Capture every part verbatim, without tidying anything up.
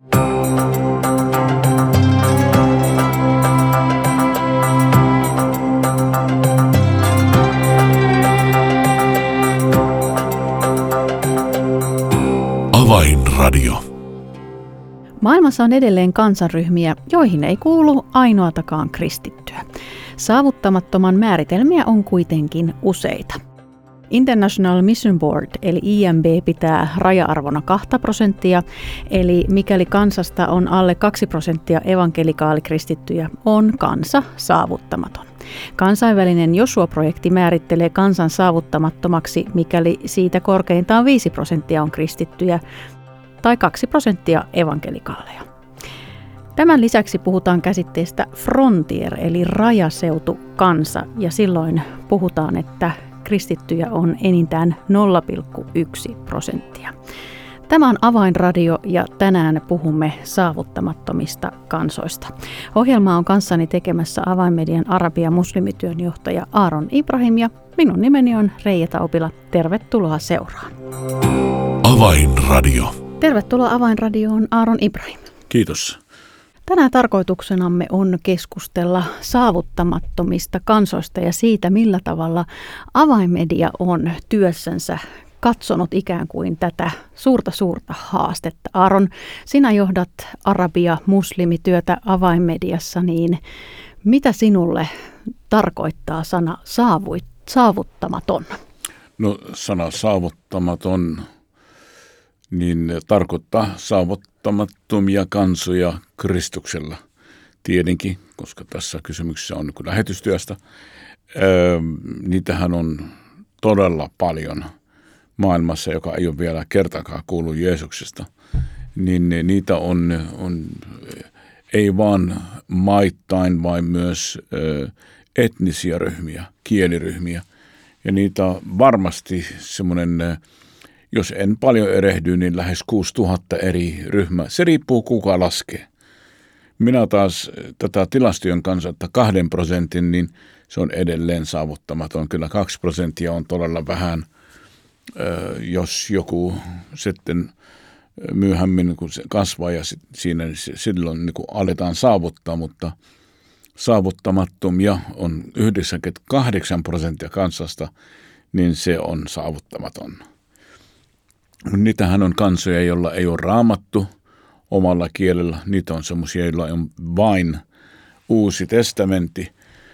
Avainradio. Maailmassa on edelleen kansanryhmiä, joihin ei kuulu ainoatakaan kristittyä. Saavuttamattoman määritelmiä on kuitenkin useita. International Mission Board eli I M B pitää raja-arvona kaksi prosenttia, eli mikäli kansasta on alle kaksi prosenttia evankelikaalikristittyjä, on kansa saavuttamaton. Kansainvälinen Joshua-projekti määrittelee kansan saavuttamattomaksi, mikäli siitä korkeintaan viisi prosenttia on kristittyjä tai kaksi prosenttia evankelikaaleja. Tämän lisäksi puhutaan käsitteestä frontier eli rajaseutu kansa, ja silloin puhutaan, että kristittyjä on enintään nolla pilkku yksi prosenttia. Tämä on Avainradio ja tänään puhumme saavuttamattomista kansoista. Ohjelmaa on kanssani tekemässä Avainmedian arabia muslimityönjohtaja Aaron Ibrahim ja minun nimeni on Reija Taupila. Tervetuloa seuraan. Avainradio. Tervetuloa Avainradioon Aaron Ibrahim. Kiitos. Tänään tarkoituksenamme on keskustella saavuttamattomista kansoista ja siitä, millä tavalla Avainmedia on työssänsä katsonut ikään kuin tätä suurta suurta haastetta. Aaron, sinä johdat arabia muslimityötä Avainmediassa, niin mitä sinulle tarkoittaa sana saavuit, saavuttamaton? No sana saavuttamaton niin tarkoittaa saavuttamattomia kansoja Kristuksella. Tietenkin, koska tässä kysymyksessä on lähetystyöstä. Öö, niitähän on todella paljon maailmassa, joka ei ole vielä kertaakaan kuullut Jeesuksesta. Niin niitä on, on ei vaan maittain, vaan myös ö, etnisiä ryhmiä, kieliryhmiä. Ja niitä on varmasti semmoinen, jos en paljon erehdy, niin lähes kuusituhatta eri ryhmää. Se riippuu kuka laskee. Minä taas tätä tilastojen kanssa, että kahden prosentin, niin se on edelleen saavuttamaton. Kyllä kaksi prosenttia on todella vähän, jos joku sitten myöhemmin kun se kasvaa ja siinä silloin niin kuin aletaan saavuttaa, mutta saavuttamattomia on yhdeksänkymmentäkahdeksan prosenttia kansasta, niin se on saavuttamaton. Niitähän on kansoja, joilla ei ole raamattu omalla kielellä. Niitä on semmoisia, joilla on vain uusi testamentti.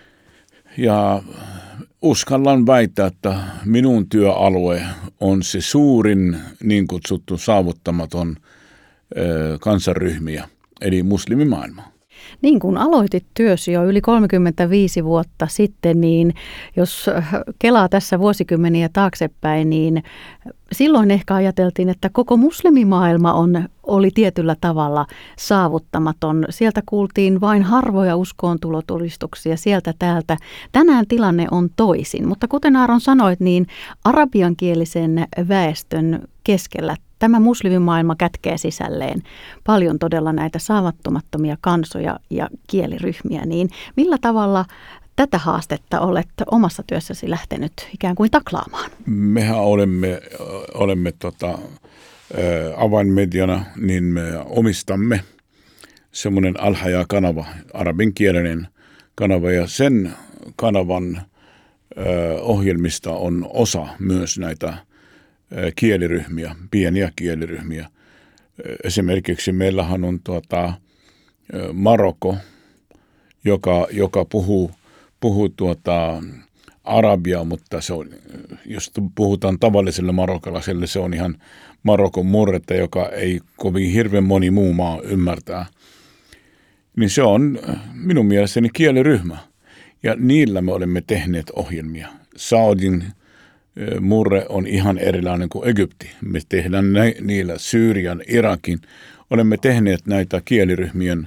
Ja uskallan väittää, että minun työalue on se suurin niin kutsuttu saavuttamaton ö, kansanryhmiä, eli muslimimaailma. Niin kuin aloitit työsi jo yli kolmekymmentäviisi vuotta sitten, niin jos kelaa tässä vuosikymmeniä taaksepäin, niin silloin ehkä ajateltiin, että koko muslimimaailma on, oli tietyllä tavalla saavuttamaton. Sieltä kuultiin vain harvoja uskoontulotodistuksia sieltä täältä. Tänään tilanne on toisin, mutta kuten Aaron sanoit, niin arabiankielisen väestön keskellä tämä muslimimaailma kätkee sisälleen paljon todella näitä saavuttamattomia kansoja ja kieliryhmiä. Niin millä tavalla tätä haastetta olet omassa työssäsi lähtenyt ikään kuin taklaamaan? Mehän olemme, olemme tota, Avainmediana, niin me omistamme semmoinen Al-Haya-kanava, arabinkielinen kanava, ja sen kanavan ohjelmista on osa myös näitä kieliryhmiä, pieniä kieliryhmiä. Esimerkiksi meillähän on tuota Marokko, joka, joka puhuu, puhuu tuota arabia, mutta se on, jos puhutaan tavalliselle marokkalaiselle, se on ihan Marokon murretta, joka ei kovin hirveän moni muu maa ymmärtää. Niin se on minun mielestäni kieliryhmä. Ja niillä me olemme tehneet ohjelmia. Saudin murre on ihan erilainen kuin Egypti. Me tehdään niillä Syyrian, Irakin. Olemme tehneet näitä kieliryhmien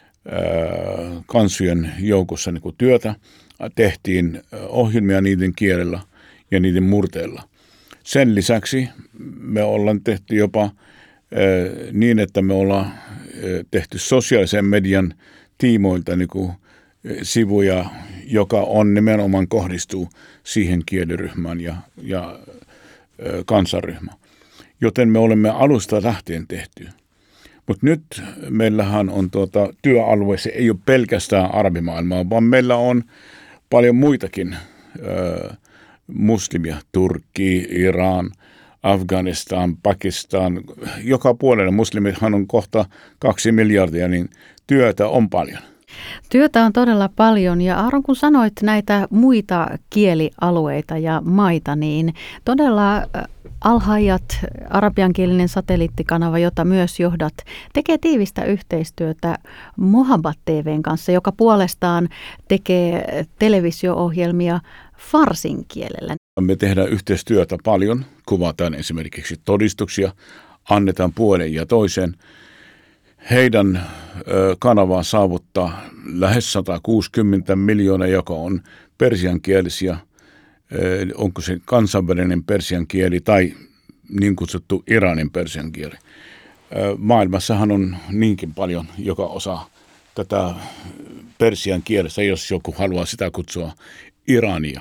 äh, kansojen joukossa niin kuin työtä. Tehtiin ohjelmia niiden kielellä ja niiden murteilla. Sen lisäksi me ollaan tehty jopa äh, niin, että me ollaan äh, tehty sosiaalisen median tiimoilta niin kuin sivuja, joka on nimenomaan kohdistuu siihen kieliryhmään ja, ja ö, kansanryhmään. Joten me olemme alusta lähtien tehty. Mutta nyt meillähän on tuota, työalue, se ei ole pelkästään arabimaailmaa, vaan meillä on paljon muitakin ö, muslimia, Turkki, Iran, Afganistan, Pakistan, joka puolella muslimithan on kohta kaksi miljardia, niin työtä on paljon. Työtä on todella paljon ja Aaron, kun sanoit näitä muita kielialueita ja maita, niin todella Al-Hayat, arabiankielinen satelliittikanava, jota myös johdat, tekee tiivistä yhteistyötä Mohabbat T V:n kanssa, joka puolestaan tekee televisio-ohjelmia farsin kielellä. Me tehdään yhteistyötä paljon, kuvataan esimerkiksi todistuksia, annetaan puolen ja toisen. Heidän kanavaa saavuttaa lähes sata kuusikymmentä miljoonaa, joka on persiankielisiä. Onko se kansainvälinen persian kieli tai niin kutsuttu Iranin persian kieli. Maailmassahan on niinkin paljon, joka osaa tätä persian kielestä, jos joku haluaa sitä kutsua Irania.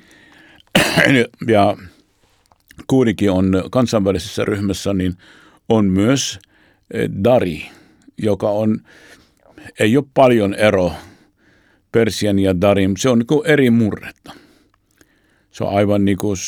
Ja kuitenkin on kansainvälisessä ryhmässä, niin on myös Dari, joka on, ei ole paljon ero persian ja darin, se on niin kuin eri murretta. Se on aivan niin kuin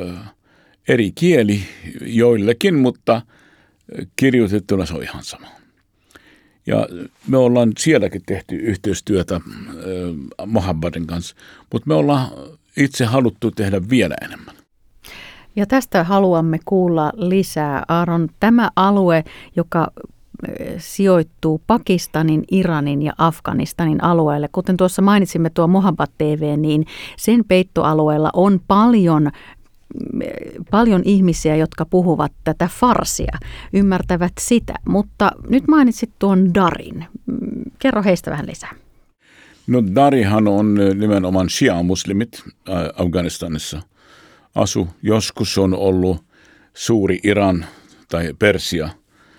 eri kieli joillekin, mutta kirjoitettuna se on ihan sama. Ja me ollaan sielläkin tehty yhteistyötä äh, Mohabbatin kanssa, mutta me ollaan itse haluttu tehdä vielä enemmän. Ja tästä haluamme kuulla lisää. Aaron, tämä alue, joka sijoittuu Pakistanin, Iranin ja Afganistanin alueelle. Kuten tuossa mainitsimme tuo Mohabbat T V, niin sen peittoalueella on paljon, paljon ihmisiä, jotka puhuvat tätä farsia, ymmärtävät sitä. Mutta nyt mainitsit tuon Darin. Kerro heistä vähän lisää. No Darihan on nimenomaan shia-muslimit Afganistanissa. Asu. Joskus on ollut suuri Iran tai Persia.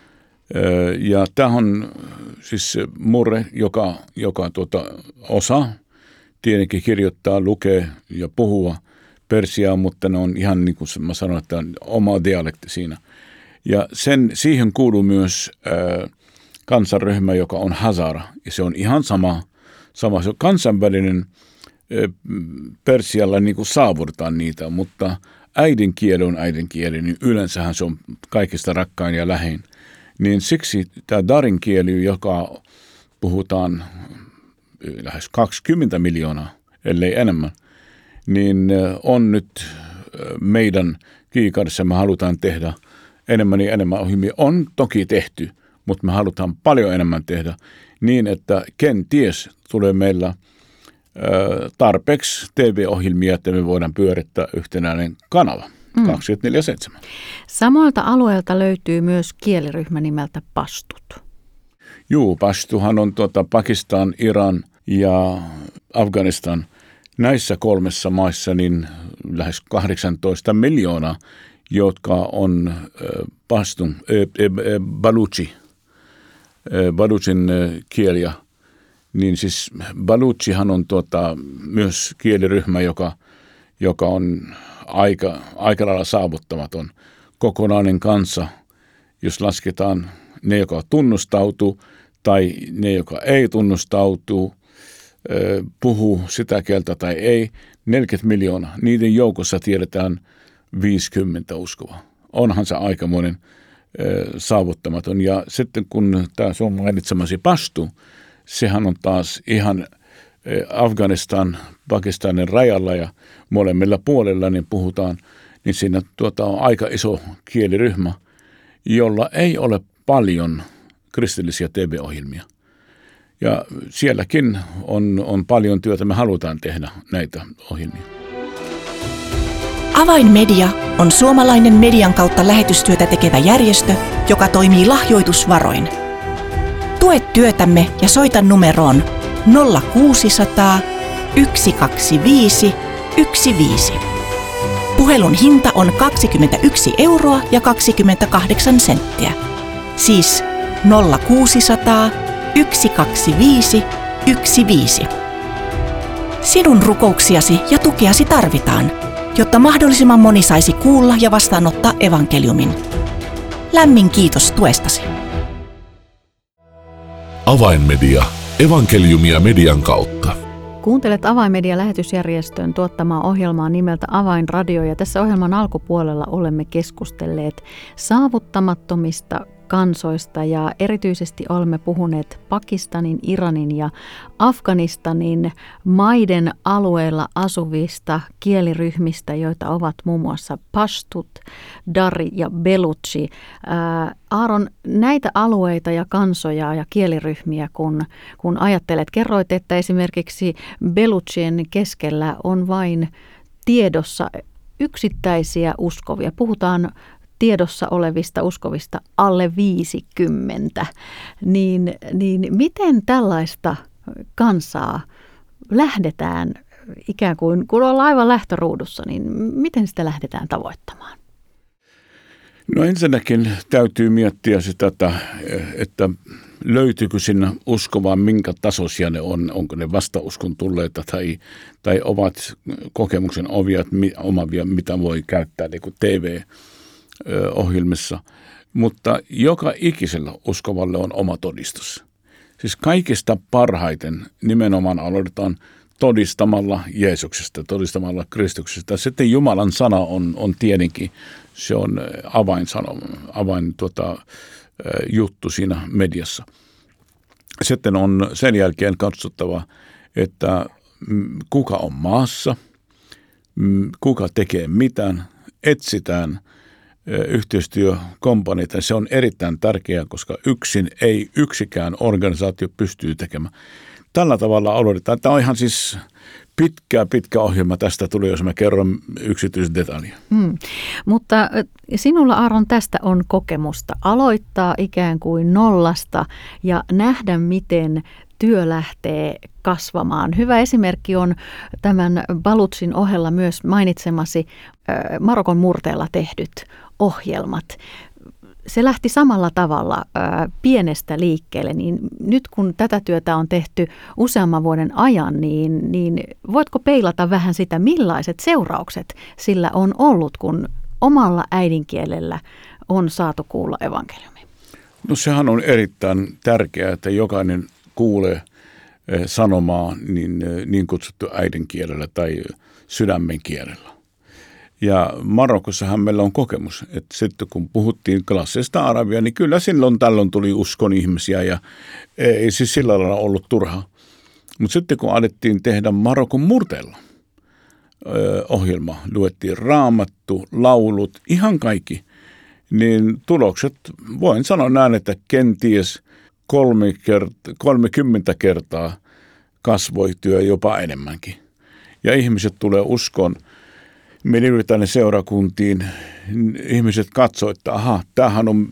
Ja tämä on siis murre, joka, joka tuota, osaa tietenkin kirjoittaa, lukee ja puhua persiaa, mutta ne on ihan niin kuin mä sanoin, että on oma dialekti siinä. Ja sen, siihen kuuluu myös äh, kansanryhmä, joka on Hazara. Ja se on ihan sama, sama. Se on kansainvälinen äh, persialla niin kuin saavutetaan niitä, mutta äidinkieli on äidinkieli, niin yleensähän se on kaikista rakkain ja lähin. Niin siksi tämä darin kieli, joka puhutaan lähes kaksikymmentä miljoonaa, ellei enemmän, niin on nyt meidän kiikarissa, me halutaan tehdä enemmän ja enemmän ohjelmia. On toki tehty, mutta me halutaan paljon enemmän tehdä niin, että kenties tulee meillä tarpeeksi T V-ohjelmia, että me voidaan pyörittää yhtenäinen kanava. Mm. kaksikymmentäneljä seitsemän. Samoilta alueelta löytyy myös kieliryhmä nimeltä Pashtut. Juu, Pashtuhan on tuota Pakistan, Iran ja Afganistan. Näissä kolmessa maissa niin lähes kahdeksantoista miljoonaa, jotka on äh, Pashtun, äh, äh, Baluchi, äh, Baluchin äh, kieliä. Niin siis Baluchihan on tuota, myös kieliryhmä, joka, joka on aika, aika lailla saavuttamaton kokonainen kansa, jos lasketaan ne, joka tunnustautuu tai ne, joka ei tunnustautuu, puhuu sitä kieltä tai ei, neljäkymmentä miljoonaa. Niiden joukossa tiedetään viisikymmentä uskoa. Onhan se aikamoinen saavuttamaton. Ja sitten kun tämä sun mainitsemasi Pashtu, sehän on taas ihan Afganistan, Pakistanin rajalla ja molemmilla puolella niin puhutaan, niin siinä tuota on aika iso kieliryhmä, jolla ei ole paljon kristillisiä T V-ohjelmia. Ja sielläkin on, on paljon työtä, me halutaan tehdä näitä ohjelmia. Avainmedia on suomalainen median kautta lähetystyötä tekevä järjestö, joka toimii lahjoitusvaroin. Tue työtämme ja soita numeroon nolla kuusisataa, yksi kaksi viisi, yksi viisi. Puhelun hinta on kaksikymmentäyksi euroa ja kaksikymmentäkahdeksan senttiä. Siis nolla kuusisataa, yksi kaksi viisi, yksi viisi. Sinun rukouksiasi ja tukeasi tarvitaan, jotta mahdollisimman moni saisi kuulla ja vastaanottaa evankeliumin. Lämmin kiitos tuestasi. Avainmedia, evankeliumia median kautta. Kuuntelet Avainmedia-lähetysjärjestön tuottamaa ohjelmaa nimeltä Avainradio, ja tässä ohjelman alkupuolella olemme keskustelleet saavuttamattomista kansoista ja erityisesti olemme puhuneet Pakistanin, Iranin ja Afganistanin maiden alueilla asuvista kieliryhmistä, joita ovat muun muassa Pashtut, Dari ja Beluchi. Ää, Aaron, näitä alueita ja kansoja ja kieliryhmiä, kun, kun ajattelet, kerroit, että esimerkiksi Beluchien keskellä on vain tiedossa yksittäisiä uskovia. Puhutaan tiedossa olevista uskovista alle viisikymmentä, niin, niin miten tällaista kansaa lähdetään ikään kuin, kun ollaan aivan lähtöruudussa, niin miten sitä lähdetään tavoittamaan? No ensinnäkin täytyy miettiä sitä, että, että löytyykö sinne uskovaa, minkä tasoisia ne on, onko ne vastauskon tulleita tai, tai ovat kokemuksen ovia, omavia, mitä voi käyttää niin kuin T V-ohjelmissa. Mutta joka ikisellä uskovalle on oma todistus. Siis kaikista parhaiten nimenomaan aloitetaan todistamalla Jeesuksesta, todistamalla Kristuksesta. Sitten Jumalan sana on, on tietenkin, se on avainsano, avain tuota, juttu siinä mediassa. Sitten on sen jälkeen katsottava, että kuka on maassa, kuka tekee mitään, etsitään yhteistyökumppaneita. Se on erittäin tärkeää, koska yksin ei yksikään organisaatio pystyy tekemään. Tällä tavalla aloitetaan. Tämä on ihan siis pitkä, pitkä ohjelma. Tästä tuli, jos mä kerron yksityisdetalja. Mm. Mutta sinulla, Aaron, tästä on kokemusta. Aloittaa ikään kuin nollasta ja nähdä, miten työ lähtee kasvamaan. Hyvä esimerkki on tämän Balutsin ohella myös mainitsemasi Marokon murteella tehdyt ohjelmat. Se lähti samalla tavalla ää, pienestä liikkeelle, niin nyt kun tätä työtä on tehty useamman vuoden ajan, niin, niin voitko peilata vähän sitä, millaiset seuraukset sillä on ollut, kun omalla äidinkielellä on saatu kuulla evankeliumi? No sehän on erittäin tärkeää, että jokainen kuulee sanomaa niin, niin kutsuttu äidinkielellä tai sydämen kielellä. Ja Marokossahan meillä on kokemus, että sitten kun puhuttiin klassista arabia, niin kyllä silloin tällöin tuli uskon ihmisiä ja ei siis sillä lailla ollut turhaa. Mutta sitten kun alettiin tehdä Marokon murteella ohjelma, luettiin raamattu, laulut, ihan kaikki, niin tulokset, voin sanoa näin, että kenties kolme kert- kolmekymmentä kertaa kasvoi työ jopa enemmänkin. Ja ihmiset tulee uskoon. Me yritetään seurakuntiin, ihmiset katsoo, että aha, tämähän on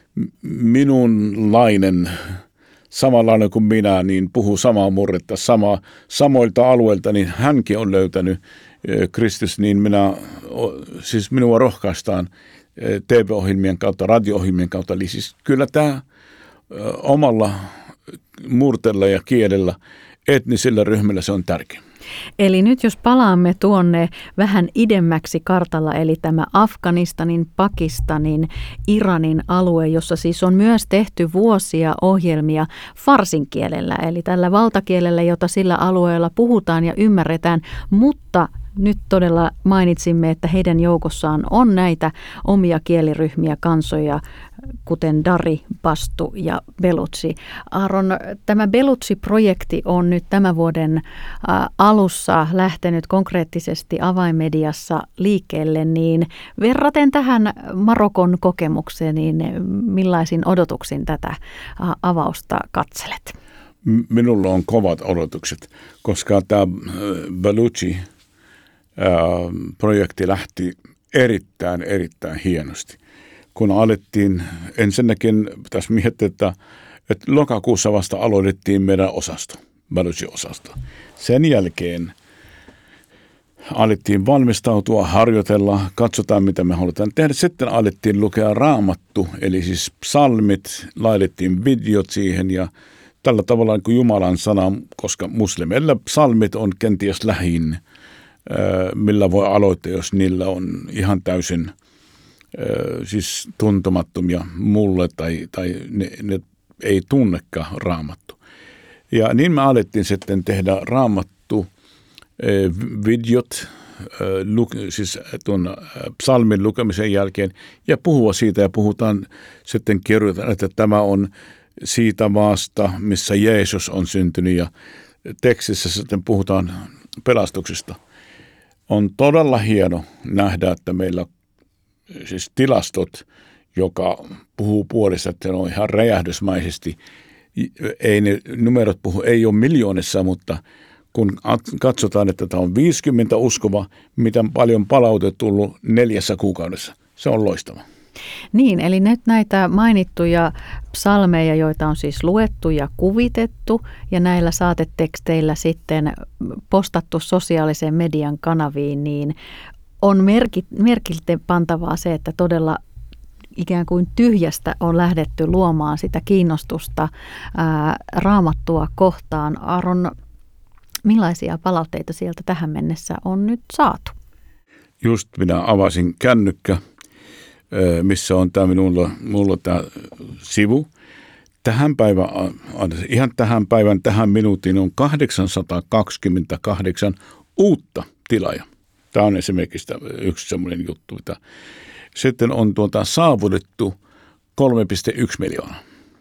minunlainen, samanlainen kuin minä, niin puhuu samaa murretta, sama, samoilta alueilta, niin hänkin on löytänyt Kristus, niin minä, siis minua rohkaistaan T V-ohjelmien kautta, radio-ohjelmien kautta. Eli siis kyllä tämä omalla murteella ja kielellä, etnisellä ryhmällä se on tärkeä. Eli nyt jos palaamme tuonne vähän idemmäksi kartalla, eli tämä Afganistanin, Pakistanin, Iranin alue, jossa siis on myös tehty vuosia ohjelmia farsin kielellä, eli tällä valtakielellä, jota sillä alueella puhutaan ja ymmärretään, mutta nyt todella mainitsimme, että heidän joukossaan on näitä omia kieliryhmiä, kansoja, kuten Dari, Pashtu ja Belutsi. Aaron, tämä Belutsi-projekti on nyt tämän vuoden alussa lähtenyt konkreettisesti Avainmediassa liikkeelle, niin verraten tähän Marokon kokemukseen, niin millaisin odotuksin tätä avausta katselet? Minulla on kovat odotukset, koska tämä Belutsi projekti lähti erittäin, erittäin hienosti. Kun alettiin, ensinnäkin pitäisi miettiä, että, että lokakuussa vasta aloitettiin meidän osasto, Belutsi-osasto. Sen jälkeen alettiin valmistautua, harjoitella, katsotaan mitä me halutaan tehdä. Sitten alettiin lukea raamattu, eli siis psalmit, laitettiin videot siihen ja tällä tavalla kuin Jumalan sana, koska muslimeilla psalmit on kenties lähin, millä voi aloittaa, jos niillä on ihan täysin siis tuntemattomia mulle tai, tai ne, ne ei tunnekaan raamattu. Ja niin me alettiin sitten tehdä raamattu videot, siis tuon psalmin lukemisen jälkeen ja puhua siitä ja puhutaan sitten kirjoitetaan, että tämä on siitä maasta, missä Jeesus on syntynyt ja tekstissä sitten puhutaan pelastuksesta. On todella hieno nähdä, että meillä siis tilastot, joka puhuu puolesta, että ne on ihan räjähdysmaisesti. Ei ne numerot puhu, ei ole miljoonissa, mutta kun katsotaan, että tämä on viisikymmentä uskova, miten paljon palaute tullut neljässä kuukaudessa. Se on loistava. Niin, eli nyt näitä mainittuja psalmeja, joita on siis luettu ja kuvitettu ja näillä saateteksteillä sitten postattu sosiaalisen median kanaviin, niin on merkit, merkiltä pantavaa se, että todella ikään kuin tyhjästä on lähdetty luomaan sitä kiinnostusta ää, raamattua kohtaan. Aaron, millaisia palautteita sieltä tähän mennessä on nyt saatu? Just minä avasin kännykkä, missä on tämä minulla, minulla tämä sivu. Tähän päivän, ihan tähän päivän, tähän minuutin on kahdeksansataakaksikymmentäkahdeksan uutta tilaaja. Tämä on esimerkiksi yksi sellainen juttu. Sitten on tuota saavutettu kolme pilkku yksi miljoonaa.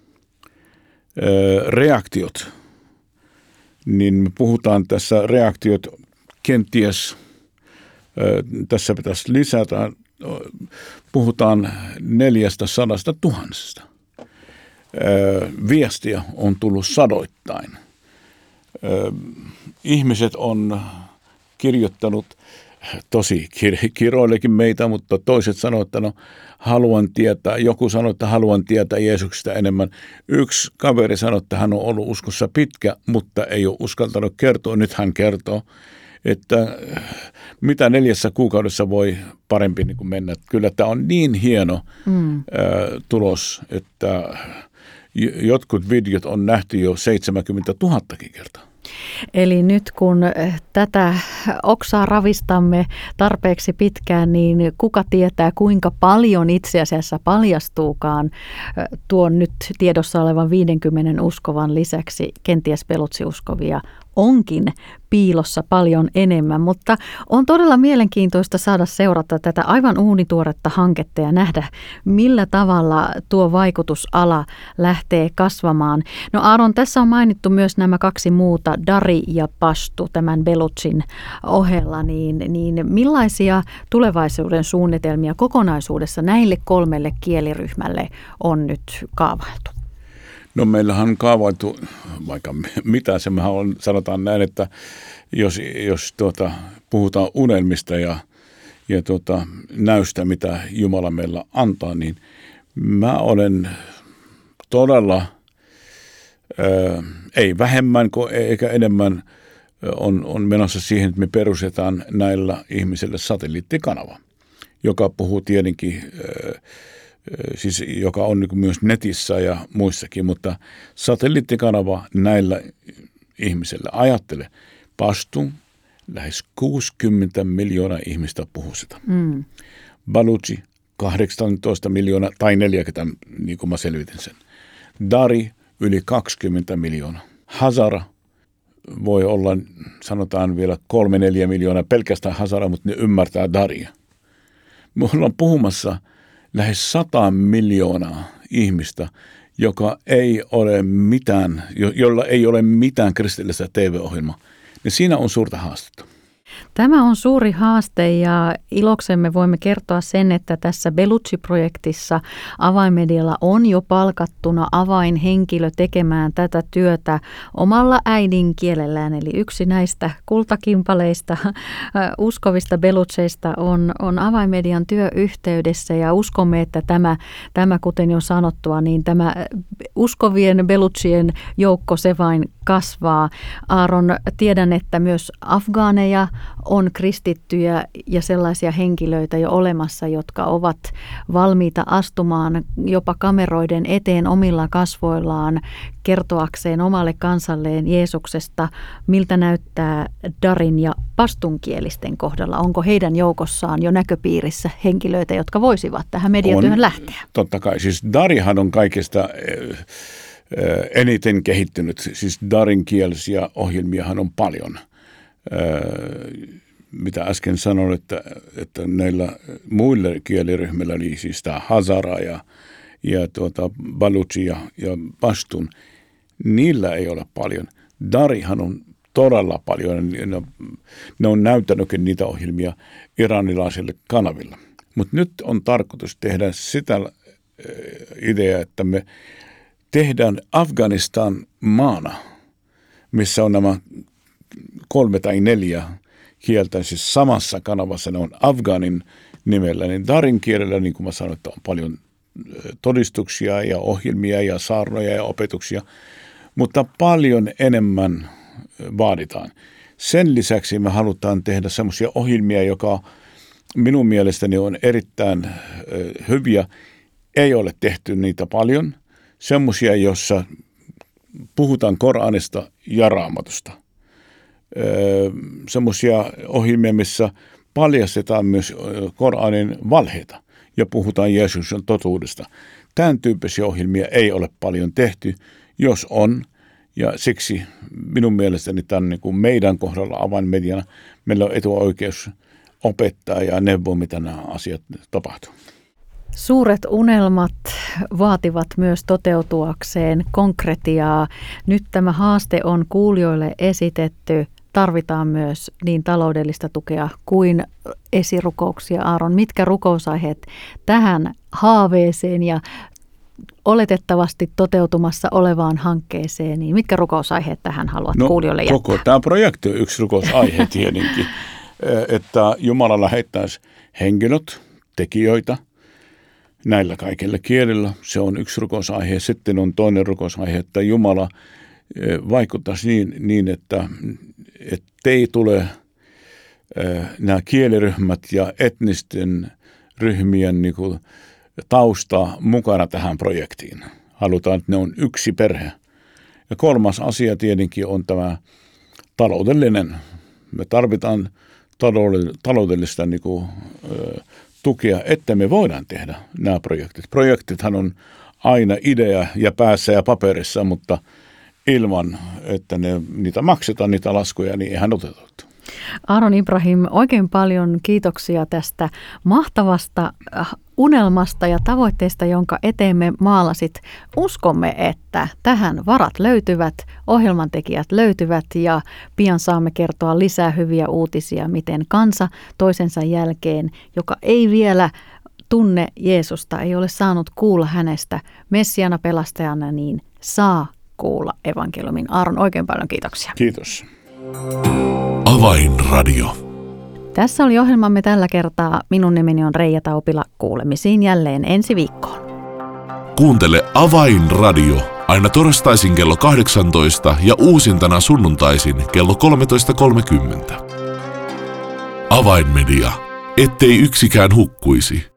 Reaktiot. Niin me puhutaan tässä reaktiot kenties, tässä pitäisi lisätä, puhutaan neljästä sadasta tuhansista. Viestiä on tullut sadoittain. Ihmiset on kirjoittanut, tosi kiroillekin meitä, mutta toiset sanoivat, että no haluan tietää, joku sanoi, että haluan tietää Jeesuksesta enemmän. Yksi kaveri sanoi, että hän on ollut uskossa pitkä, mutta ei ole uskaltanut kertoa. Nyt hän kertoo, että mitä neljässä kuukaudessa voi parempi niin kuin mennä. Kyllä tämä on niin hieno mm. tulos, että jotkut videot on nähty jo seitsemänkymmentätuhattakin kertaa. Eli nyt kun tätä oksaa ravistamme tarpeeksi pitkään, niin kuka tietää kuinka paljon itse asiassa paljastuukaan tuon nyt tiedossa olevan viidenkymmenen uskovan lisäksi kenties Belutsi-uskovia onkin piilossa paljon enemmän, mutta on todella mielenkiintoista saada seurata tätä aivan uunituoretta hanketta ja nähdä, millä tavalla tuo vaikutusala lähtee kasvamaan. No Aaron, tässä on mainittu myös nämä kaksi muuta, Dari ja Pastu, tämän Belutsin ohella, niin, niin millaisia tulevaisuuden suunnitelmia kokonaisuudessa näille kolmelle kieliryhmälle on nyt kaavailtu? No meillähän on kaavailtu, vaikka mitä se on, sanotaan näin, että jos, jos tuota, puhutaan unelmista ja, ja tuota, näystä, mitä Jumala meillä antaa, niin mä olen todella, ää, ei vähemmän kuin eikä enemmän, on, on menossa siihen, että me perustetaan näillä ihmisille satelliittikanava, joka puhuu tietenkin ää, siis joka on niin kuin myös netissä ja muissakin, mutta satelliittikanava näillä ihmisillä. Ajattele, Pastu, lähes kuusikymmentä miljoonaa ihmistä puhuu sitä. Mm. Baluchi, kahdeksantoista miljoonaa tai neljäkymmentä, niin kuin mä selvitin sen. Dari, yli kaksikymmentä miljoonaa. Hazara voi olla, sanotaan vielä kolme neljä miljoonaa pelkästään Hazara, mutta ne ymmärtää Daria. Me ollaan puhumassa lähes sata miljoonaa ihmistä, joka ei ole mitään, jo, jolla ei ole mitään kristillistä T V-ohjelmaa, niin siinä on suurta haastetta. Tämä on suuri haaste ja iloksemme voimme kertoa sen, että tässä Belutsi-projektissa Avainmedialla on jo palkattuna avainhenkilö tekemään tätä työtä omalla äidinkielellään. Eli yksi näistä kultakimpaleista uskovista Belutseista on, on Avainmedian työyhteydessä ja uskomme, että tämä, tämä kuten jo sanottua, niin tämä uskovien Belutsien joukko se vain kasvaa. Aaron, tiedän, että myös afgaaneja on kristittyjä ja sellaisia henkilöitä jo olemassa, jotka ovat valmiita astumaan jopa kameroiden eteen omilla kasvoillaan kertoakseen omalle kansalleen Jeesuksesta. Miltä näyttää Darin ja pastunkielisten kohdalla? Onko heidän joukossaan jo näköpiirissä henkilöitä, jotka voisivat tähän mediatyöhön lähteä? Totta kai. Siis Darihan on kaikista eniten kehittynyt. Siis darinkielisiä ohjelmiahan on paljon. Mitä äsken sanoin, että, että näillä muilla kieliryhmillä, eli siis tämä Hazara ja, ja tuota Baluchi ja, ja Pashtun, niillä ei ole paljon. Darihan on todella paljon. Ne, ne on näyttänytkin niitä ohjelmia iranilaisille kanavilla. Mutta nyt on tarkoitus tehdä sitä ideaa, että me tehdään Afganistan maana, missä on nämä kolme tai neljä kieltä, siis samassa kanavassa ne on afgaanin nimellä, niin darin kielellä, niin kuin mä sanoin, että on paljon todistuksia ja ohjelmia ja saarnoja ja opetuksia, mutta paljon enemmän vaaditaan. Sen lisäksi me halutaan tehdä semmoisia ohjelmia, joka minun mielestäni on erittäin hyviä. Ei ole tehty niitä paljon. Semmoisia, joissa puhutaan Koranista ja Raamatusta. Semmoisia ohjelmia, missä paljastetaan myös Koranin valheita ja puhutaan Jeesuksen totuudesta. Tämän tyyppisiä ohjelmia ei ole paljon tehty, jos on. Ja siksi minun mielestäni tämän niin kuin meidän kohdalla avainmediana meillä on etuoikeus opettaa ja neuvoa, mitä nämä asiat tapahtuu. Suuret unelmat vaativat myös toteutuakseen konkretiaa. Nyt tämä haaste on kuulijoille esitetty. Tarvitaan myös niin taloudellista tukea kuin esirukouksia. Aaron, mitkä rukousaiheet tähän haaveeseen ja oletettavasti toteutumassa olevaan hankkeeseen, niin mitkä rukousaiheet tähän haluat no, kuulijoille jättää? Koko tämä projekti on yksi rukousaihe tietenkin, että Jumala lähettäisi henkilöt, tekijöitä näillä kaikilla kielillä. Se on yksi rukousaihe. Sitten on toinen rukousaihe, että Jumala vaikuttaisi niin, niin että ei tule nämä kieliryhmät ja etnisten ryhmien niin kuin tausta mukana tähän projektiin. Halutaan, että ne on yksi perhe. Ja kolmas asia tietenkin on tämä taloudellinen. Me tarvitaan taloudellista niin kuin, tukea, että me voidaan tehdä nämä projektit. Projektithan on aina idea ja päässä ja paperissa, mutta ilman, että ne, niitä maksetaan, niitä laskuja, niin eihän toteutu. Aaron Ibrahim, oikein paljon kiitoksia tästä mahtavasta unelmasta ja tavoitteesta, jonka eteemme maalasit. Uskomme, että tähän varat löytyvät, ohjelmantekijät löytyvät ja pian saamme kertoa lisää hyviä uutisia, miten kansa toisensa jälkeen, joka ei vielä tunne Jeesusta, ei ole saanut kuulla hänestä Messiana pelastajana, niin saa kuulla evankeliumin. Aaron, oikein paljon kiitoksia. Kiitos. Avainradio. Tässä oli ohjelmamme tällä kertaa. Minun nimeni on Reija Taupila. Kuulemisiin jälleen ensi viikkoon. Kuuntele Avainradio aina torstaisin kello kahdeksantoista ja uusintana sunnuntaisin kello kolmetoista kolmekymmentä. Avainmedia, ettei yksikään hukkuisi.